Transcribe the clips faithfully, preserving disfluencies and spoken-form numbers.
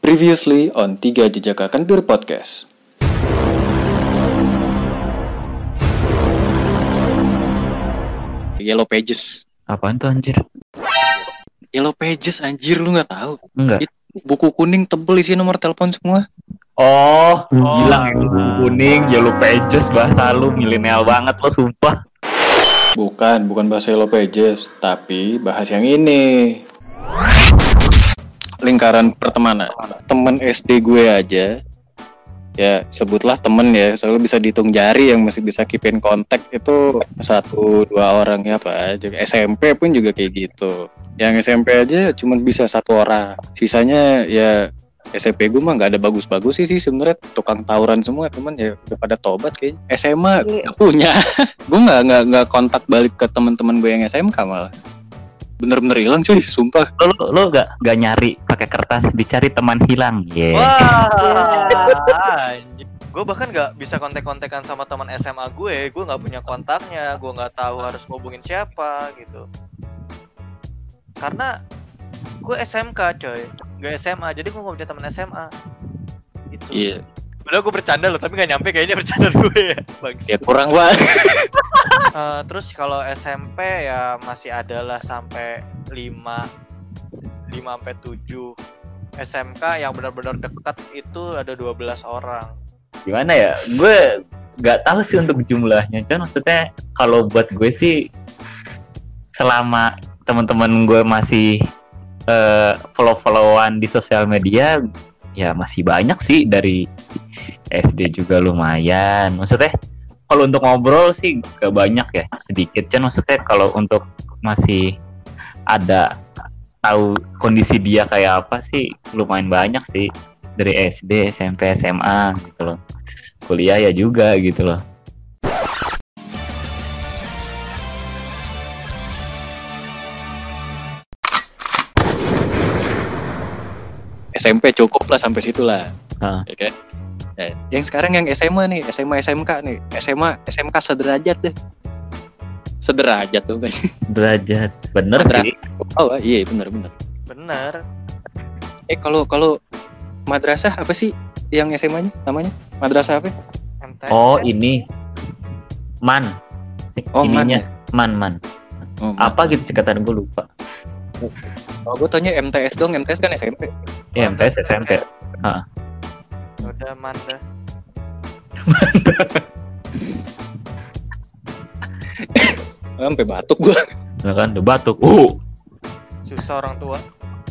Previously on Tiga Jejaka Kentir Podcast. Yellow Pages. Apaan tuh anjir? Yellow Pages anjir, lu gak tahu? Enggak. Itu buku kuning tebel isi nomor telepon semua. Oh, gila ya, buku kuning, Yellow Pages, bahasa lu milenial banget lo, sumpah. Bukan, bukan bahasa Yellow Pages, tapi bahas yang ini. Lingkaran pertemanan. Temen S D gue aja, ya sebutlah temen ya, soalnya bisa dihitung jari yang masih bisa keep in contact itu satu dua orang ya Pak. S M P pun juga kayak gitu. Yang S M P aja cuma bisa satu orang. Sisanya ya S M P gue mah nggak ada bagus-bagus sih sih sebenarnya, tukang tawuran semua teman ya, udah pada tobat kayaknya. S M A nggak punya. Gue nggak nggak nggak kontak balik ke teman-teman gue yang S M K malah. Bener-bener hilang cuy, sumpah. Lo lo, lo gak, gak nyari pakai kertas, dicari teman hilang. Yeah. Wah, gue bahkan nggak bisa kontak-kontakan sama teman S M A gue. Gue nggak punya kontaknya, gue nggak tahu harus ngubungin siapa gitu. Karena gue S M K coy, nggak S M A, jadi gue nggak punya teman S M A. Itu. Iya. Padahal gue bercanda loh, tapi nggak nyampe kayaknya bercanda gue ya. Bagus. Ya kurang banget. Uh, terus kalau S M P ya masih ada lah sampai lima sampai tujuh. S M K yang benar-benar dekat itu ada dua belas orang. Gimana ya? Gue gak tahu sih untuk jumlahnya. Cuman maksudnya kalau buat gue sih, selama teman-teman gue masih uh, follow-followan di sosial media, ya masih banyak sih. Dari S D juga lumayan. Maksudnya kalau untuk ngobrol sih gak banyak ya, sedikit. Cuman maksudnya kalau untuk masih ada tahu kondisi dia kayak apa sih lumayan banyak sih, dari S D, S M P, S M A gitu loh. Kuliah ya juga gitu loh. S M P cukup lah sampai situ lah. Heeh. Ya kan? Ya, yang sekarang yang S M A nih, S M A S M K nih, S M A S M K sederajat deh. Sederajat tuh kan. Derajat. Bener Sedera- sih. Oh iya benar benar. Bener. Eh kalau kalau madrasah apa sih yang S M A-nya namanya? Madrasah apa? M T S. Oh ini Man. Oh, Man Ininya ya? Man Man. Oh, Apa gitu singkatan, gue lupa. Oh, gue tanya M T S dong, M T S kan S M P. Ya M T S S M P. Heeh. Udah Manda. Sampai batuk gue. Ya kan, udah batuk. Uh. Susah orang tua.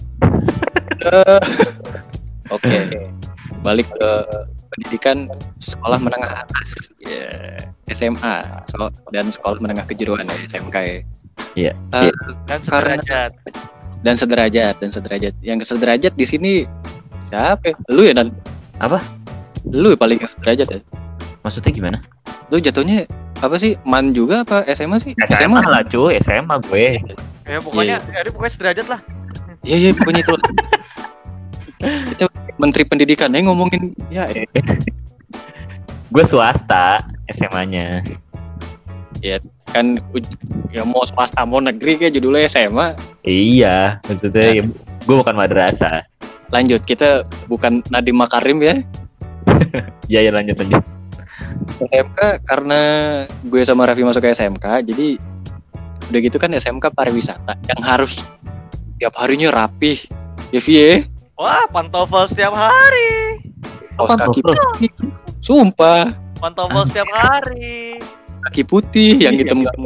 Oke, balik ke pendidikan sekolah menengah atas, ya S M A so, dan sekolah menengah kejuruan ya S M K ya. Iya. Uh, Dan Karena- sederajat. dan sederajat dan sederajat. Yang sederajat di sini siapa? Lu ya dan Apa? lu paling sederajat ya. Maksudnya gimana? Lu jatuhnya apa sih? Man juga apa S M A sih? S M A lah cuy, S M A gue. Ya pokoknya, ya dia pokoknya sederajat lah. Iya iya pokoknya itu. Itu Menteri Pendidikan ya ngomongin ya. Eh. Gue swasta S M A-nya. Kan ya mau swasta mau negeri kayak judulnya S M A. Iya, maksudnya ya, gue bukan madrasah. Lanjut, kita bukan Nadiem Makarim ya. Iya ya, lanjut lanjut. S M K karena gue sama Raffi masuk ke S M K, jadi udah gitu kan S M K pariwisata yang harus tiap harinya rapih. Ya Vie, Wah, pantofel setiap hari. kaos kaki Pantofel? putih. Sumpah, Pantofel setiap hari. kaki putih yang Iya. hitam-hitam.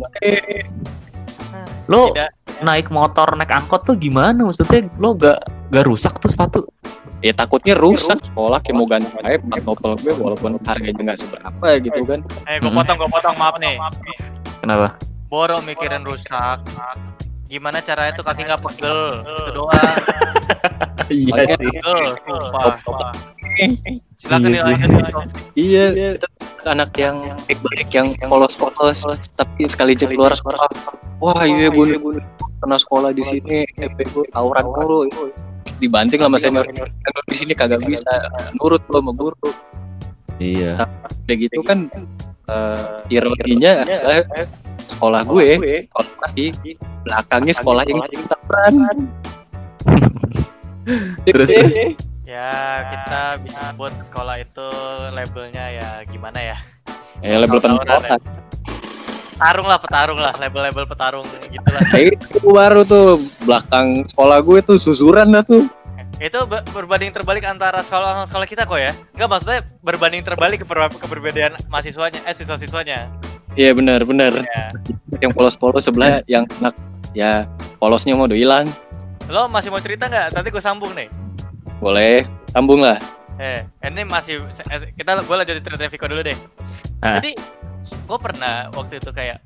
Lo Tidak. naik motor, naik angkot tuh gimana? Maksudnya lo gak gak rusak tuh sepatu? Ya takutnya rusak sekolah kayak mau ganti aja pantofel gue walaupun harganya nggak seberapa gitu kan. Eh, gue Mm-mm. potong, gue potong, maaf nih. Kenapa? Boro mikirin rusak. Gimana caranya tuh kaki nggak pegel? Itu doang. Iya Makanya- sih. Pegel, sumpah. Silakan Iya, dilanjut. Iya, itu anak yang baik-baik yang polos-polos tapi sekali je keluar sekolah, wah iya bun, pernah sekolah di sini, F P gue tawuran mulu, dibanting lah mas senior. Senior di sini kagak bisa nurut lo sama guru. Iya. Udah gitu kan, uh, ironinya adalah sekolah gue, sekolah masih belakangnya sekolah yang tawuran. Terus Ya, kita bisa buat sekolah itu labelnya ya gimana ya? Eh level Tahun-tahunan penempatan. ya. Petarung lah, petarung lah, label-label petarung gitu lah. Eh, itu baru tuh belakang sekolah gue tuh susuran dah tuh. Itu be- berbanding terbalik antara sekolah sama sekolah kita kok ya? Enggak, maksudnya berbanding terbalik ke per- keberbedaan mahasiswanya, eh siswa-siswanya. Iya benar benar. Ya. Yang polos-polos sebelah yang enak ya polosnya mau udah hilang. Lo masih mau cerita nggak? Nanti gue sambung nih. Boleh sambung lah. Eh, ini masih eh, kita gue lanjut cerita Viko dulu deh. Ah. Jadi gue pernah waktu itu kayak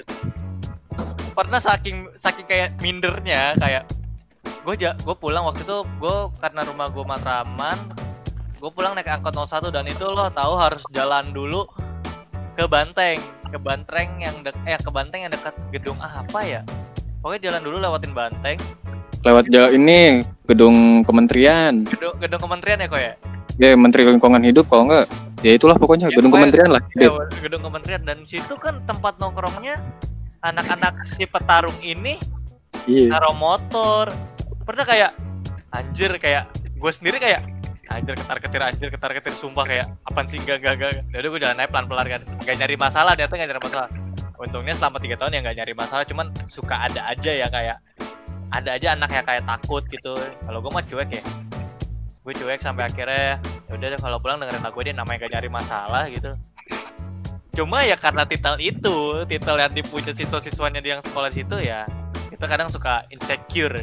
pernah saking saking kayak mindernya kayak gue ja, gue pulang waktu itu gue karena rumah gue Matraman, gue pulang naik angkot nol satu dan itu lo tahu harus jalan dulu ke Banteng, ke Banteng yang dek, eh ke Banteng yang dekat gedung ah, apa ya? Pokoknya jalan dulu lewatin Banteng, Lewat jalan ini gedung kementerian. gedung gedung kementerian ya kok ya? Ya Menteri Lingkungan Hidup kalau enggak ya itulah pokoknya Ya, gedung pokoknya- kementerian lah. Ya, gedung kementerian dan situ kan tempat nongkrongnya anak-anak si petarung ini Iya. naruh motor. Pernah kayak anjir kayak gue sendiri kayak anjir ketar-ketir anjir ketar-ketir sumpah kayak apaan sih enggak enggak enggak. Jadi gue jalan naik pelan-pelan kan. Enggak nyari masalah, ternyata enggak nyari masalah. Untungnya selama tiga tahun ya enggak nyari masalah, cuman suka ada aja ya kayak ada aja anak yang kayak takut gitu. Kalau gue mah cuek ya. Gue cuek sampai akhirnya ya udah deh kalau pulang dengerin lagu dia namanya gak nyari masalah gitu. Cuma ya karena titel itu, titel yang dipuja siswa-siswanya di yang sekolah situ ya kita kadang suka insecure.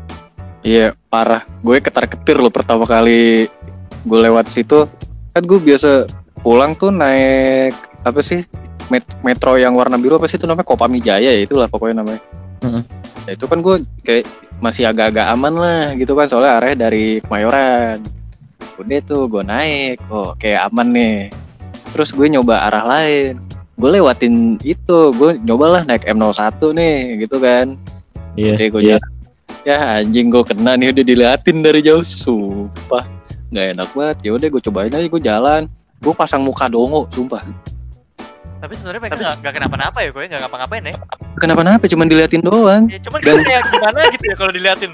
Iya parah. Gue ketar-ketir loh pertama kali gue lewat situ. Kan gue biasa pulang tuh naik apa sih met- metro yang warna biru apa sih itu namanya Kopamijaya ya itulah pokoknya namanya. Mm-mm. Ya, itu kan gue kayak masih agak-agak aman lah gitu kan soalnya arahnya dari Kemayoran. Udah tuh gue naik, oh kayak aman nih. Terus gue nyoba arah lain. Gue lewatin itu, gue nyobalah naik M nol satu nih gitu kan. Iya. Jadi gue Iya. jalan. Ya anjing gue kena nih udah diliatin dari jauh, sumpah nggak enak banget. Ya udah gue cobain aja gue jalan. Gue pasang muka dongo, sumpah. Tapi sebenarnya mereka nggak nggak kenapa-napa ya, gue nggak ngapa-ngapain ya. Kenapa-napa, cuman diliatin doang. Ya cuman Dan- kita kayak gimana gitu ya kalau diliatin.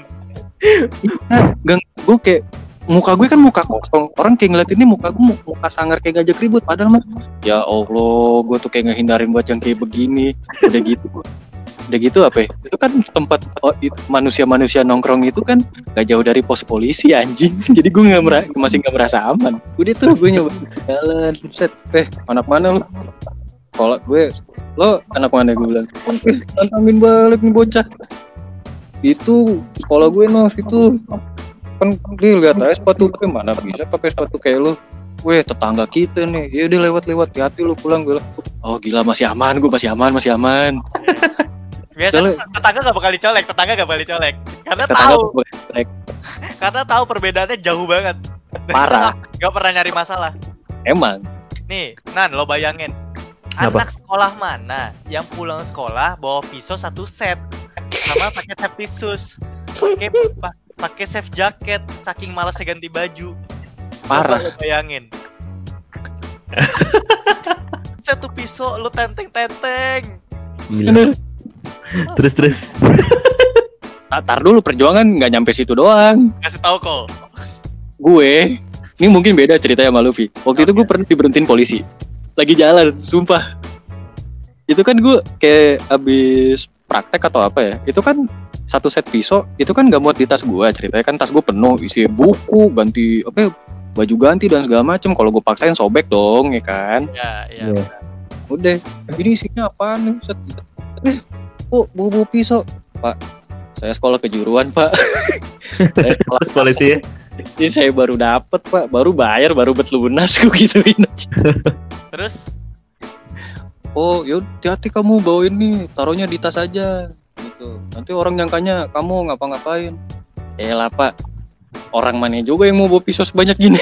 Gang, gue kayak muka gue kan muka kosong, orang kayak ngeliatin ini muka gue muka sangar kayak ngajak ribut, padahal mah ya Allah gue tuh kayak ngehindarin buat yang kayak begini. Udah gitu, udah gitu apa ya? Itu kan tempat oh, itu, manusia-manusia nongkrong itu kan gak jauh dari pos polisi anjing. Jadi gue nggak mera- masih nggak merasa aman. Udah tuh gue nyoba jalan, set, eh anak mana lu? Kalau gue, lo anak mana gue bilang, eh tantangin balik nih bocah. Itu sekolah gue Nov itu kan dia lihat aja sepatu gue mana bisa pakai sepatu kayak lu. Weh tetangga kita nih, ya udah lewat-lewat, hati-hati lu pulang. Gue bilang, oh gila masih aman, gue masih aman, masih aman. Biasa Soalnya- tetangga nggak bakal dicolek, tetangga nggak bakal dicolek. Karena Tetangga tahu, tuh baik, karena tahu perbedaannya jauh banget. parah, Gak pernah nyari masalah. emang. Nih, Nan, lo bayangin. Kenapa? Anak sekolah mana yang pulang sekolah bawa pisau satu set sama pakai safety shoes, pakai pa- pakai safe jacket, saking malasnya ganti baju. Parah. Coba lo bayangin. Satu pisau lu tenteng-tenteng. Gila. Terus terus. Tar dulu perjuangan nggak nyampe situ doang. Kasih tahu kok. Gue, ini mungkin beda ceritanya sama Luffy. Waktu itu gue pernah diberhentiin polisi. Lagi jalan, sumpah. Itu kan gue kayak abis praktek atau apa ya. Itu kan satu set pisau, itu kan gak muat di tas gue. Ceritanya kan tas gue penuh, isi buku, ganti apa ya, baju ganti dan segala macem. Kalau gue paksain sobek dong, ya kan. Ya, ya. Iya. Udah, ini isinya apaan nih? Set. Eh, oh, buku pisau. Pak, saya sekolah kejuruan, Pak. Saya sekolah Terus polisi ya. Ini saya baru dapet Pak, baru bayar, baru bet lunas, gue gituin aja. Terus Oh, yaudah hati-hati kamu bawain nih, taruhnya di tas aja, gitu. Nanti orang nyangkanya kamu ngapa-ngapain. Eh lah Pak, orang mana juga yang mau bawa pisau sebanyak gini?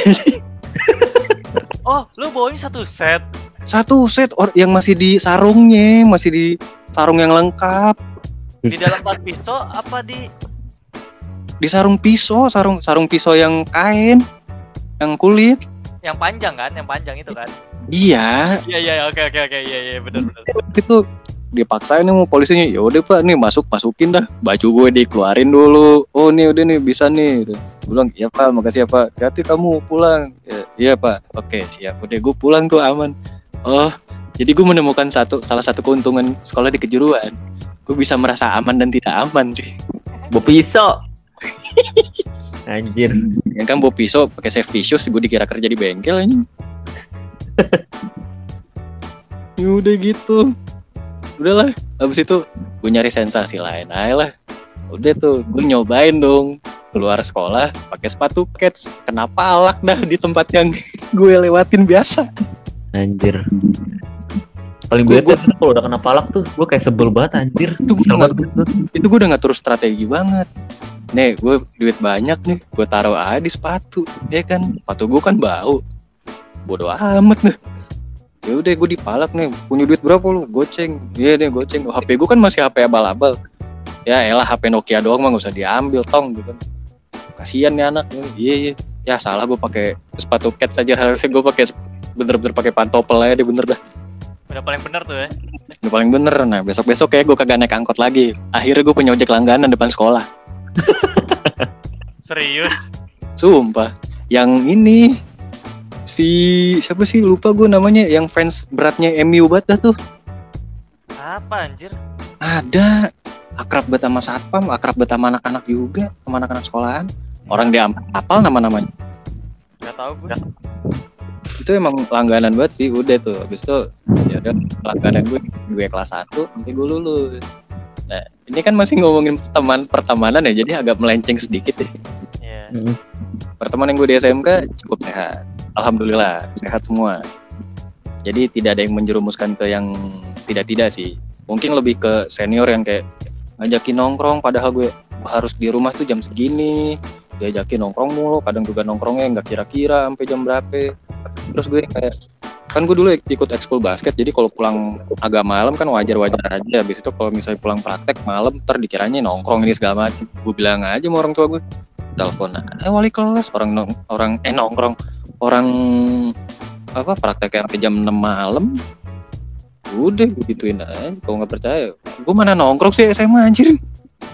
oh, lu bawanya satu set. Satu set or yang masih di sarungnya, masih di sarung yang lengkap, Di dalam tas pisau apa di di sarung pisau, sarung sarung pisau yang kain, yang kulit. yang panjang kan? Yang panjang itu kan? Iya, Iya, iya, oke, oke, oke. Iya, iya, benar, benar. itu dipaksain nih mau polisinya. Ya udah Pak, nih masuk masukin dah. Baju gue dikeluarin dulu. Oh nih udah nih bisa nih. Gue bilang iya Pak, makasih ya Pak. Hati kamu pulang. Ya, iya Pak. Oke siap. Udah gue pulang tuh aman. Oh jadi gue menemukan satu salah satu keuntungan sekolah di kejuruan. Gue bisa merasa aman dan tidak aman sih. Bawa pisau. Anjir. Yang kan bawa pisau pakai safety shoes, gue dikira kerja di bengkel aja. Ya udah gitu. Udahlah, habis itu gue nyari sensasi lain aja lah. Udah tuh, gue nyobain dong keluar sekolah pakai sepatu kets. Kenapa alak dah di tempat yang gue lewatin biasa. Anjir. Paling Gua- bete tuh kalau udah kena palak tuh, gue kayak sebel banget anjir. Itu gue udah ngatur, itu gue udah ngatur strategi banget. Nih, gue duit banyak nih, gue taruh aja di sepatu, ya kan? Sepatu gue kan bau, bodoh amat nih. Ya udah gue dipalak nih, punya duit berapa lu? Goceng, iya deh goceng. Oh, H P gue kan masih H P abal-abal. Ya elah H P Nokia doang mah gak usah diambil tong gitu kan. Kasian nih anak, iya iya. Ya salah gue pakai sepatu kets aja, harusnya gue pakai bener-bener pakai pantopel aja deh bener dah. Udah paling bener tuh ya. Udah paling bener. Nah besok-besok kayak gue kagak naik angkot lagi. Akhirnya gue punya ojek langganan depan sekolah. Serius. Sumpah. Yang ini si siapa sih lupa gue namanya, yang fans beratnya M U banget dah tuh. Apa anjir? Ada akrab banget sama satpam, akrab banget sama anak-anak juga, sama anak-anak sekolahan. Orang dia hafal nama-namanya. Gak tau gue. Itu emang langganan banget sih. Udah tuh habis itu ya udah langganan gue gue kelas satu sampai gue lulus. Nah, ini kan masih ngomongin teman pertemanan ya, jadi agak melenceng sedikit ya. Iya. Mm-mm. Pertemanan gue di S M K cukup sehat. Alhamdulillah, sehat semua. Jadi tidak ada yang menjerumuskan ke yang tidak-tidak sih. Mungkin lebih ke senior yang kayak ngajakin nongkrong padahal gue harus di rumah tuh jam segini. Diajakin nongkrong mulu, kadang juga nongkrongnya nggak kira-kira sampai jam berapa. Terus gue kayak, kan gue dulu ikut ekskul basket, jadi kalau pulang agak malam kan wajar-wajar aja. Habis itu kalau misalnya pulang praktek malam, ntar dikiranya nongkrong ini segala macam. Gue bilang aja sama orang tua gue, telepon eh wali kelas orang nong, orang eh nongkrong orang apa praktek sampai jam enam malam. Udah gue gituin aja. Kalau nggak percaya, gue mana nongkrong sih S M A anjir.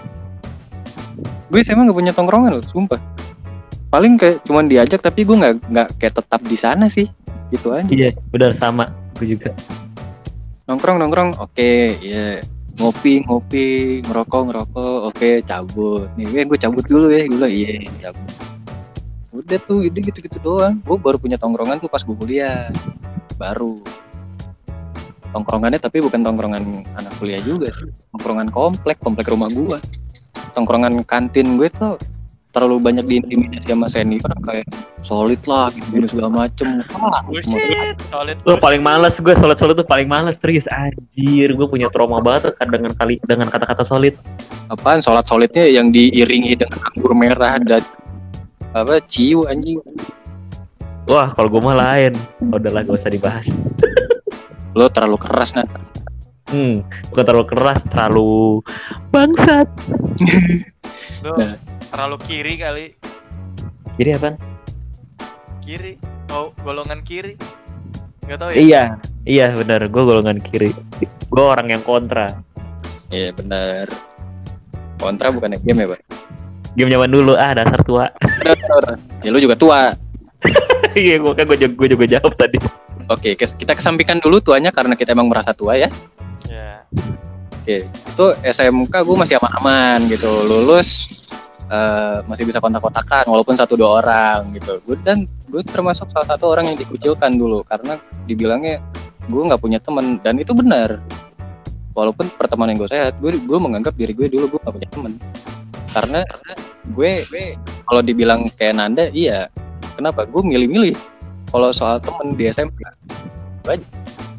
Gue S M A nggak punya tongkrongan loh, sumpah. Paling kayak cuman diajak tapi gue nggak nggak kayak tetap di sana sih, gitu aja. Iya, benar sama. Gue juga. Nongkrong nongkrong, oke, iya. Ngopi ngopi, ngerokok ngerokok, oke, cabut. Nih gue gue cabut dulu ya, gue bilang iya cabut. Udah tuh, itu gitu-gitu doang. Gue baru punya tongkrongan tuh pas gue kuliah, baru. Tongkrongannya tapi bukan tongkrongan anak kuliah juga sih, tongkrongan komplek, komplek rumah gue. Tongkrongan kantin gue tuh terlalu banyak diintimidasi sama senior kayak solid lah gitu segala macem. Ah, Bullshit. Solid. Gue paling males, gue solid-solid tuh paling males serius anjir. Gue punya trauma banget kan dengan kali dengan kata-kata solid. apaan sholat solidnya yang diiringi dengan anggur merah dan apa ciu anjing. Wah, kalau gue mah lain. Udahlah, gak usah dibahas. Lo terlalu keras Nat. Hmm, bukan terlalu keras, terlalu bangsat. Lo Nah. terlalu kiri kali. Jadi apaan? Kiri. Oh, golongan kiri. Gak tau ya? Iya, iya benar. Gue golongan kiri. Gue orang yang kontra. Iya benar. Kontra bukan game ya Pak? Game zaman dulu, ah dasar tua. Ya lu juga tua. Iya, gue kan gue juga, gue juga jawab tadi. Oke, kes- kita kesampingkan dulu tuanya karena kita emang merasa tua ya. Ya. Oke, itu S M K gue masih aman-aman gitu, lulus uh, masih bisa kontak-kontakan walaupun satu dua orang gitu. Gue dan gue termasuk salah satu orang yang dikucilkan dulu karena dibilangnya gue nggak punya teman, dan itu benar. Walaupun pertemanan gue sehat, gue gue menganggap diri gue dulu gue nggak punya teman karena gue, gue kalau dibilang kayak Nanda, iya. Kenapa? Gue milih-milih kalau soal temen di S M K. Gue aja.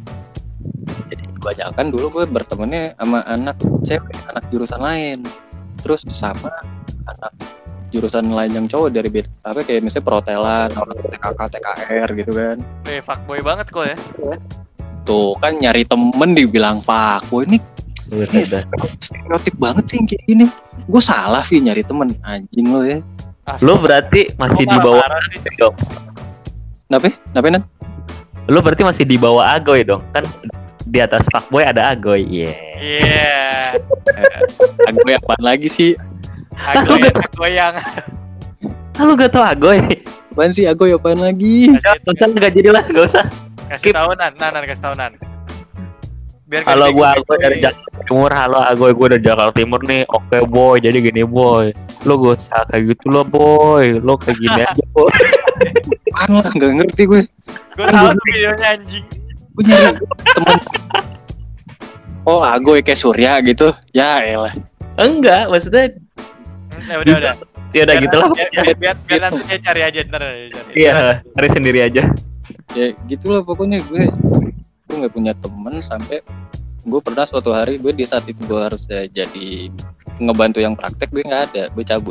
Jadi kebanyakan dulu gue bertemannya sama anak cewek, anak jurusan lain. Terus sama anak jurusan lain yang cowok dari beda, apa kayak misalnya perhotelan, orang T K K, T K R gitu kan. Eh, fuckboy banget kok ya. Tuh kan nyari temen dibilang pak, wah ini Buset dah. stereotip banget sih yang kayak gini. Gue salah sih nyari temen, anjing lo ya. Lo berarti masih Lo di bawah parah-parah sih. Agoy dong. Kenapa? Kenapa Nan? Lo berarti masih di bawah Agoy dong. Kan di atas fuckboy ada agoy. Iya. Iya. Agoy apaan lagi sih? Agoy agoy yang Ah, lu gak tau agoy? Apaan sih agoy apaan lagi? Gak usah, gak jadi lah, gak usah. kasih tahunan, nanan kasih tahunan. Biar gak Halo, gua dibego-begoin. Agoy dari Jakarta Timur. Halo Agoy, gua dari Jakarta Timur nih. Oke boy, jadi gini boy. Lo gak usah kayak gitu lo boy. Lo kayak gini aja boy. Apaan lah, nggak ngerti gue. Gue tahu tuh videonya anjing. Gue nyari temen. Oh agoy kayak Surya gitu. Ya elah. Enggak, maksudnya Hmm, ya udah udah. ya udah gitu lah. Biar, biar, biar, biar nanti dia cari aja ntar dia cari. Iya, cari sendiri aja. Ya gitulah pokoknya gue. Gue nggak punya temen sampai gue pernah suatu hari gue di saat itu gue harus ya, jadi ngebantu yang praktek, gue nggak ada, gue cabut.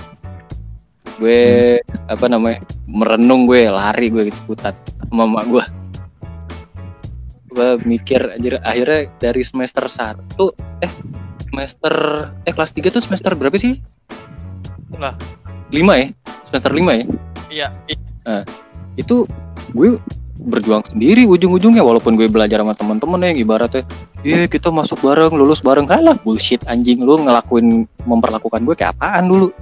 Gue apa namanya merenung, gue lari, gue gitu putat sama mak gue. Gue mikir anjir, akhirnya dari semester satu eh semester eh kelas tiga tuh semester berapa sih? Lah. lima ya? Semester lima ya? Iya. Nah, itu gue berjuang sendiri ujung-ujungnya, walaupun gue belajar sama teman-teman yang ibaratnya iya kita masuk bareng, lulus bareng. Kalah bullshit anjing, lu ngelakuin memperlakukan gue kayak apaan dulu.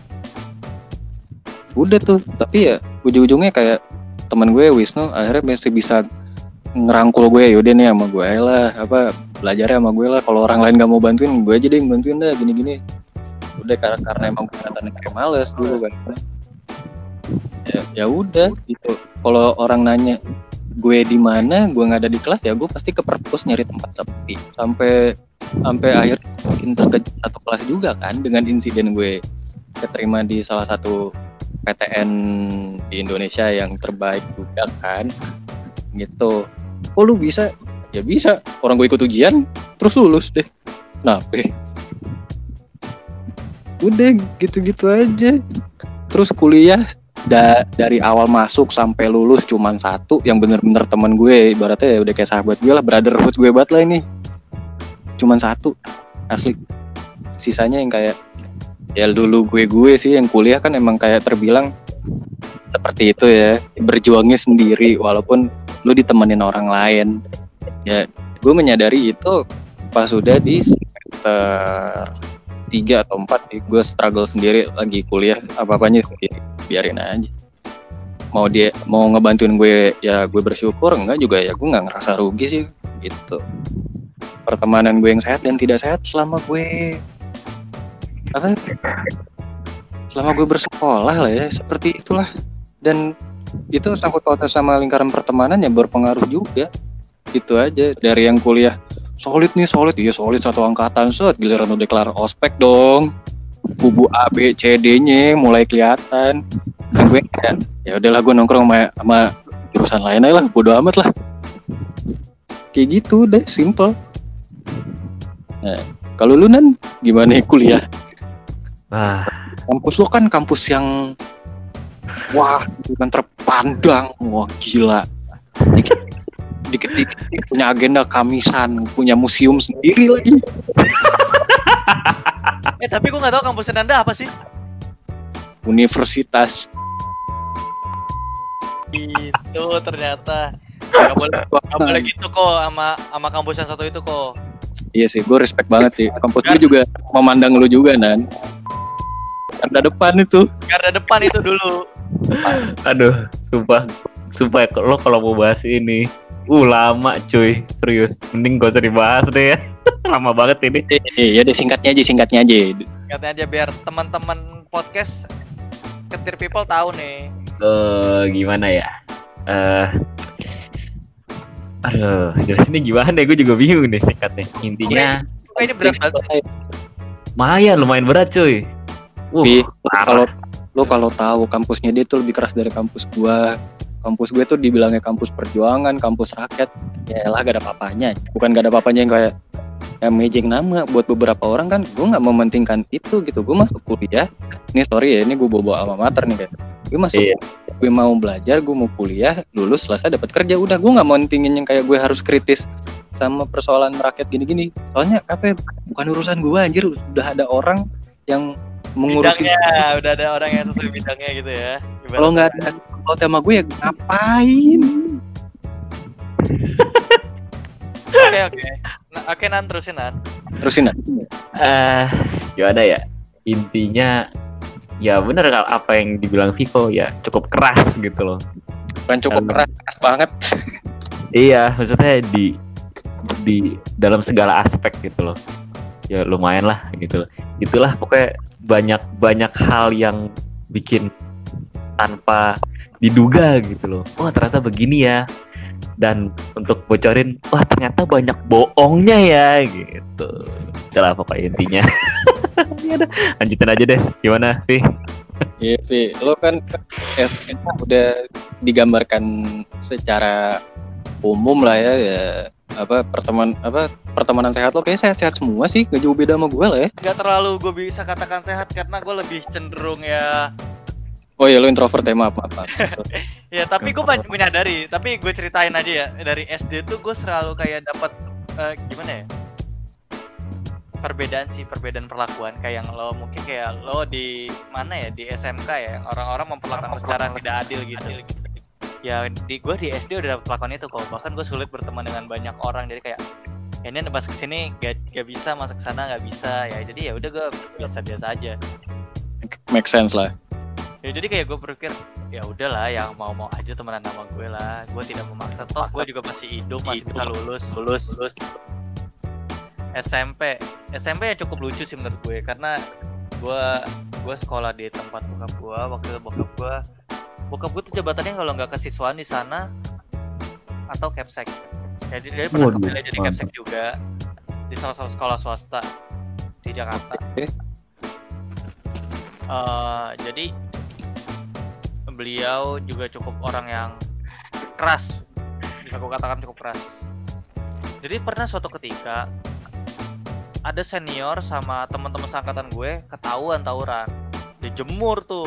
Udah tuh, tapi ya ujung-ujungnya kayak teman gue Wisnu akhirnya masih bisa ngerangkul gue, yaudah nih sama gue lah, apa belajarnya sama gue lah, kalau orang lain gak mau bantuin gue aja deh yang bantuin dah gini-gini. Udah karena karena emang kelihatannya kayak males dulu kan. Ya ya udah gitu. Kalau orang nanya gue di mana, gue nggak ada di kelas, ya gue pasti ke perpus nyari tempat sepi. Sampai sampai akhir mungkin terkejut satu kelas juga kan dengan insiden gue keterima di salah satu P T N di Indonesia yang terbaik juga kan. Gitu. Oh lu bisa? Ya bisa. Orang gue ikut ujian terus lulus deh. Nah, eh. Udah gitu-gitu aja. Terus kuliah Da, dari awal masuk sampai lulus cuman satu yang bener-bener teman gue, ibaratnya ya udah kayak sahabat gue lah, brotherhood gue banget lah ini. Cuman satu asli. Sisanya yang kayak ya dulu gue gue sih yang kuliah kan emang kayak terbilang seperti itu ya, berjuangnya sendiri walaupun lu ditemenin orang lain. Ya gue menyadari itu pas sudah di semester tiga atau empat sih, gue struggle sendiri lagi kuliah, apa-apanya sendiri, biarin aja. Mau dia mau ngebantuin gue ya gue bersyukur, enggak juga ya gue nggak ngerasa rugi sih gitu. Pertemanan gue yang sehat dan tidak sehat selama gue apa selama gue bersekolah lah ya, seperti itulah. Dan itu sangkut pautnya sama lingkaran pertemanan ya berpengaruh juga. Gitu aja, dari yang kuliah solid nih solid, iya solid satu angkatan, set giliran udah kelar ospek dong, kubu A B C D-nya mulai kelihatan. Dan gue kayak ya udahlah gue nongkrong sama, sama jurusan lain aja lah, bodo amat lah. Kayak gitu deh, simple. Nah, kalau lu Nan gimana kuliah? Wah, Kampus lu kan kampus yang wah, bukan terpandang, wah gila. Dikit dikit-dikit punya agenda kamisan, punya museum sendiri lagi. Eh tapi gue nggak tahu kampus Anda apa sih? Universitas. Itu ternyata nggak boleh nggak boleh gitu kok sama sama kampus yang satu itu kok. Iya sih, gue respect banget sih. Kampus gue juga memandang lu juga, Nan. Garda depan itu. Garda depan itu dulu. aduh, sumpah, sumpah lo kalau mau bahas ini, uh lama cuy, serius. Mending gak usah dibahas deh ya. Lama banget ini. Iya deh, singkatnya aja, singkatnya aja. Katanya aja biar teman-teman podcast Ketir People tahu nih. Eh gimana ya? Eh aduh, jelasinnya gimana? Gue juga bingung deh singkatnya. Intinya, Kok ini berat banget. lumayan, lumayan berat cuy. Uh, Tapi parah. kalau lo kalau tahu kampusnya dia tuh lebih keras dari kampus gua. Kampus gue tuh dibilangnya kampus perjuangan, kampus rakyat. Ya lah gak ada apa-apanya. Bukan gak ada apa-apanya yang kayak ya mejeng nama buat beberapa orang kan. Gue nggak mementingkan itu gitu. Gue masuk kuliah. Ini sorry ya, ini gue bawa alma mater nih kan. Gue masuk, Iya. gue mau belajar, gue mau kuliah, lulus, selesai dapat kerja. Udah, gue nggak mementingin yang kayak gue harus kritis sama persoalan rakyat gini-gini. Soalnya apa? Ya, bukan urusan gue anjir. Udah ada orang yang mengurusi. Bidangnya udah ada orang yang sesuai bidangnya gitu ya. Kalau nggak ada kalau tema gue ya ngapain? Oke oke. Nah, oke Nan, terusin Nan. Terusin. Eh, gimana ya? Intinya ya bener kalau apa yang dibilang Vivo ya cukup keras gitu loh. Kan cukup Um, keras, keras banget. Iya, maksudnya di di dalam segala aspek gitu loh. Ya lumayan lah gitu loh. Itulah pokoknya banyak banyak hal yang bikin tanpa diduga gitu loh. Wah, ternyata begini ya. Dan untuk bocorin, wah ternyata banyak bohongnya ya gitu. Itulah pokoknya intinya. Ya udah, lanjutin aja deh. Gimana, Vi? Iya, Vi. Lo kan F N udah digambarkan secara umum lah ya, ya apa pertemanan apa pertemanan sehat lo kayaknya sehat-sehat semua sih, gak jauh beda sama gue lah ya. Gak terlalu gue bisa katakan sehat karena gue lebih cenderung ya. Oh iya, lo introvert ya, maaf maaf. maaf. Ya tapi gue menyadari, tapi gue ceritain aja ya, dari S D tuh gue selalu kayak dapat uh, gimana ya, perbedaan sih, perbedaan perlakuan. Kayak yang lo mungkin kayak lo di mana ya, di S M K ya, yang orang-orang memperlakukan lo secara tidak adil gitu. Ya di gue di S D udah dapet perlakuan itu kok. Bahkan gue sulit berteman dengan banyak orang, jadi kayak ya ini pas kesini gak, gak bisa, masuk sana gak bisa ya, jadi ya udah gue biasa-biasa aja. Make sense lah. Ya jadi kayak gue berpikir ya udahlah, yang mau-mau aja temenan sama gue lah, gue tidak memaksa, toh gue juga masih hidup, masih bisa lulus lulus lulus S M P S M P ya cukup lucu sih menurut gue, karena gue gue sekolah di tempat bokap gue. Waktu itu bokap gue bokap gue tuh jabatannya kalau nggak kesiswaan di sana atau capsek, jadi dia pernah Waduh, kepilih jadi capsek juga di salah satu sekolah swasta di Jakarta. Oke. Uh, jadi beliau juga cukup orang yang keras, bisa gue katakan cukup keras. Jadi pernah suatu ketika ada senior sama teman-teman seangkatan gue ketahuan tawuran, dijemur tuh,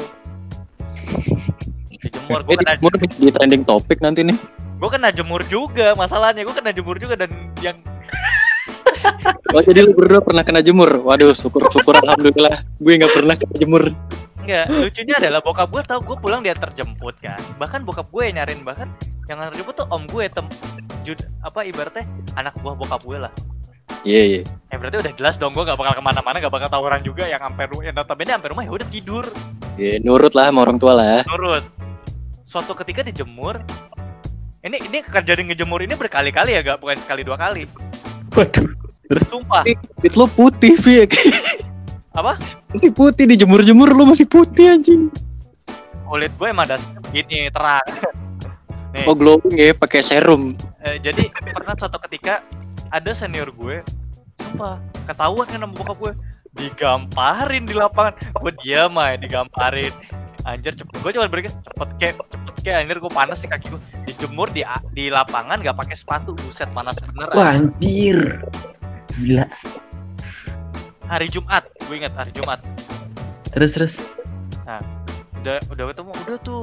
dijemur. Gue Eh, kena, di, di trending topik nanti nih. gue kena jemur juga, masalahnya gue kena jemur juga, dan yang Oh jadi lu berdua pernah kena jemur? Waduh, syukur-syukur alhamdulillah gue nggak pernah kena jemur. enggak, lucunya adalah bokap gue tahu gue pulang dia terjemput kan. Bahkan bokap gue yang nyariin, bahkan yang terjemput tuh om gue, tem jud, apa ibaratnya anak buah bokap gue lah. Iya yeah, iya. Ya Yeah. berarti udah jelas dong, gue gak bakal kemana-mana, gak bakal tawuran juga. Yang sampai rumah, yang notabene sampai rumah ya udah tidur, Yeah, nurut lah sama orang tua lah. nurut. Suatu ketika dijemur, ini ini kejadian ngejemur ini berkali-kali ya, gak bukan sekali dua kali. Waduh. Sumpah. Kulit lo putih, Vi. Apa? Masih putih, dijemur-jemur lo masih putih anjing. Kulit gue emang dasarnya begini, terang. Nih, Oh glowing ya, pakai serum. eh, jadi pernah suatu ketika ada senior gue, sumpah ketahuan kan sama bokap gue, digamparin di lapangan. Gue diam aja, digamparin. Anjir, cepet, gue cuma berpikir cepet kek, cepet kek, anjir gue panas nih kaki gue. Dijemur di di lapangan gak pakai sepatu, buset panas bener. Wah, anjir. Gila. Hari Jumat, gue ingat hari Jumat. Terus terus. Udah udah ketemu, udah tuh.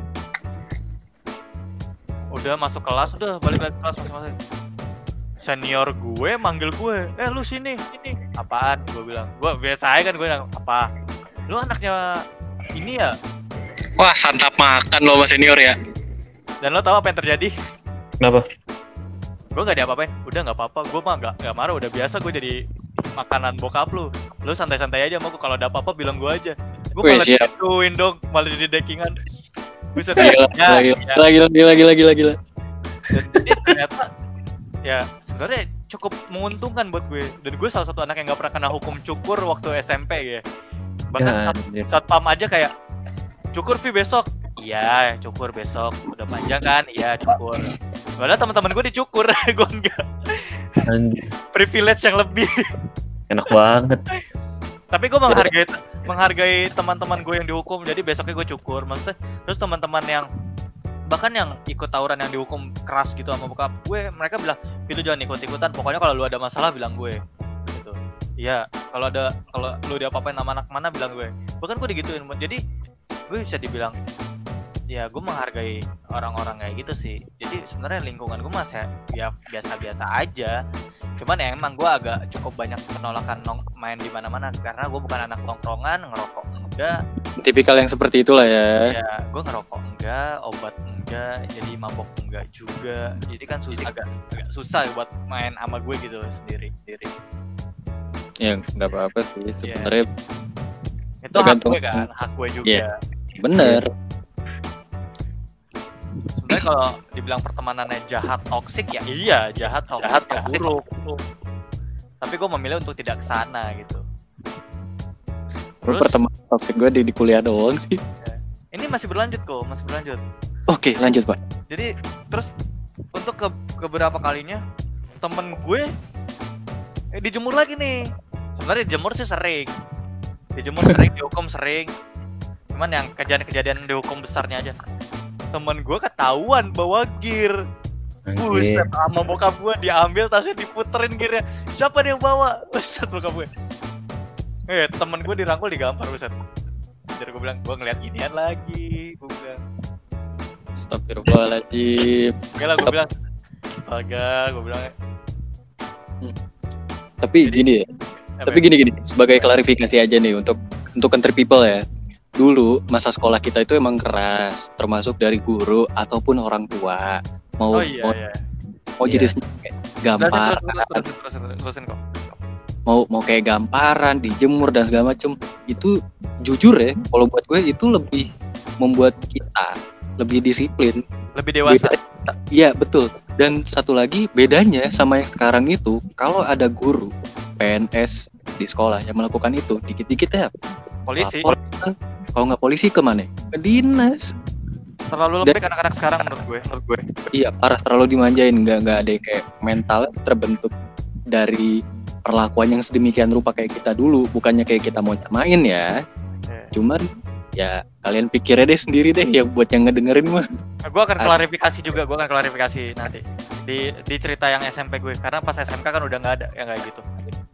Udah masuk kelas, udah balik lagi kelas masing-masing. Senior gue manggil gue, eh lu sini, sini. Apaan? Gue bilang, gue biasa aja kan, gue bilang apa? Lu anaknya ini ya? Wah santap makan lo sama senior ya. Dan lo tahu apa yang terjadi? Kenapa? Gue gak diapa-apain, udah gak apa-apa, gue mah gak, gak marah, udah biasa gue jadi makanan bokap lu. Lu santai-santai aja, mau kalau ada apa-apa bilang gue aja. Gue Wih, malah siap. digituin dong, malah jadi dekingan. Buset, Gila, ya, gila, ya. gila, gila, gila, gila, gila. Dan jadi ternyata ya sebenarnya cukup menguntungkan buat gue. Dan gue salah satu anak yang gak pernah kena hukum cukur waktu S M P ya. Bahkan Ya, saat, anjir. saat pam aja kayak, cukur Vi besok. Iya, cukur besok. Udah panjang kan? Iya, cukur. Padahal teman-teman gue dicukur, gue enggak. Anjir. Privilege yang lebih. Enak banget. Tapi gue menghargai menghargai teman-teman gue yang dihukum, jadi besoknya gue cukur. Maksudnya terus teman-teman yang bahkan yang ikut tawuran yang dihukum keras gitu sama bokap gue, mereka bilang itu jangan ikut-ikutan, pokoknya kalau lu ada masalah bilang gue gitu. Iya, kalau ada kalau lu diapa-apain sama anak mana bilang gue. Bahkan gue digituin. Jadi gue bisa dibilang ya gue menghargai orang-orang kayak gitu sih. Jadi sebenarnya lingkungan gue masih ya biasa-biasa aja. Cuman ya emang gue agak cukup banyak penolakan nong main di mana-mana karena gue bukan anak tongkrongan, ngerokok enggak, Tipikal yang seperti itulah ya. ya gue ngerokok enggak, obat enggak, jadi mabok enggak juga. Jadi kan susah, agak, agak susah buat main sama gue gitu sendiri sendiri. Ya nggak apa-apa sih Iya. sebenarnya. Itu hak Tergantung. gue kan, hak gue juga. Iya. Bener. Sebenarnya kalau dibilang pertemanannya jahat, toksik ya iya jahat, jahat, ya, buruk. Tapi gue memilih untuk tidak kesana gitu. Lu Terus pertemanan toxic gue di, di kuliah doang sih. ini masih berlanjut kok, masih berlanjut. Oke, lanjut Pak. Jadi terus untuk ke beberapa kalinya temen gue eh, dijemur lagi nih. Sebenarnya dijemur sih sering, dijemur sering, dihukum sering. Cuman yang kejadian-kejadian dihukum besarnya aja. Temen gue ketahuan bawa gear. Buset, sama bokap gue diambil tasnya diputerin gearnya. Siapa nih yang bawa? Buset bokap gue. Eh temen gue dirangkul digampar buset. Jadi gue bilang gue ngeliat ginian lagi. Gue bilang, Astagfirullahaladzim. oke lah gue bilang. Astaga, gue bilang. Tapi Jadi- gini ya. Apa Tapi ya? gini-gini sebagai klarifikasi aja nih untuk untuk country people ya. Dulu masa sekolah kita itu emang keras, termasuk dari guru ataupun orang tua. Mau Oh iya mau, iya. mau Iya. jadi kayak gampar, Terusin, terusin, terusin, terusin, terusin kok. mau mau kayak gamparan, dijemur dan segala macem. Itu jujur ya, kalau buat gue itu lebih membuat kita lebih disiplin. Lebih dewasa. Iya betul. Dan satu lagi bedanya sama yang sekarang itu, kalau ada guru P N S di sekolah yang melakukan itu, dikit-dikit ya Polisi. lapor. Kalau nggak polisi kemana? Ke dinas. Terlalu lembek anak-anak sekarang menurut gue. Menurut gue. Iya parah, terlalu dimanjain. Nggak nggak ada yang kayak mental terbentuk dari perlakuan yang sedemikian rupa kayak kita dulu. Bukannya kayak kita mau nyamain ya. Iya. Cuman ya kalian pikirnya deh sendiri deh ya buat yang ngedengerin mah. Gue akan klarifikasi juga, gue akan klarifikasi nanti di di cerita yang S M P gue. Karena pas S M K kan udah nggak ada yang kayak gitu.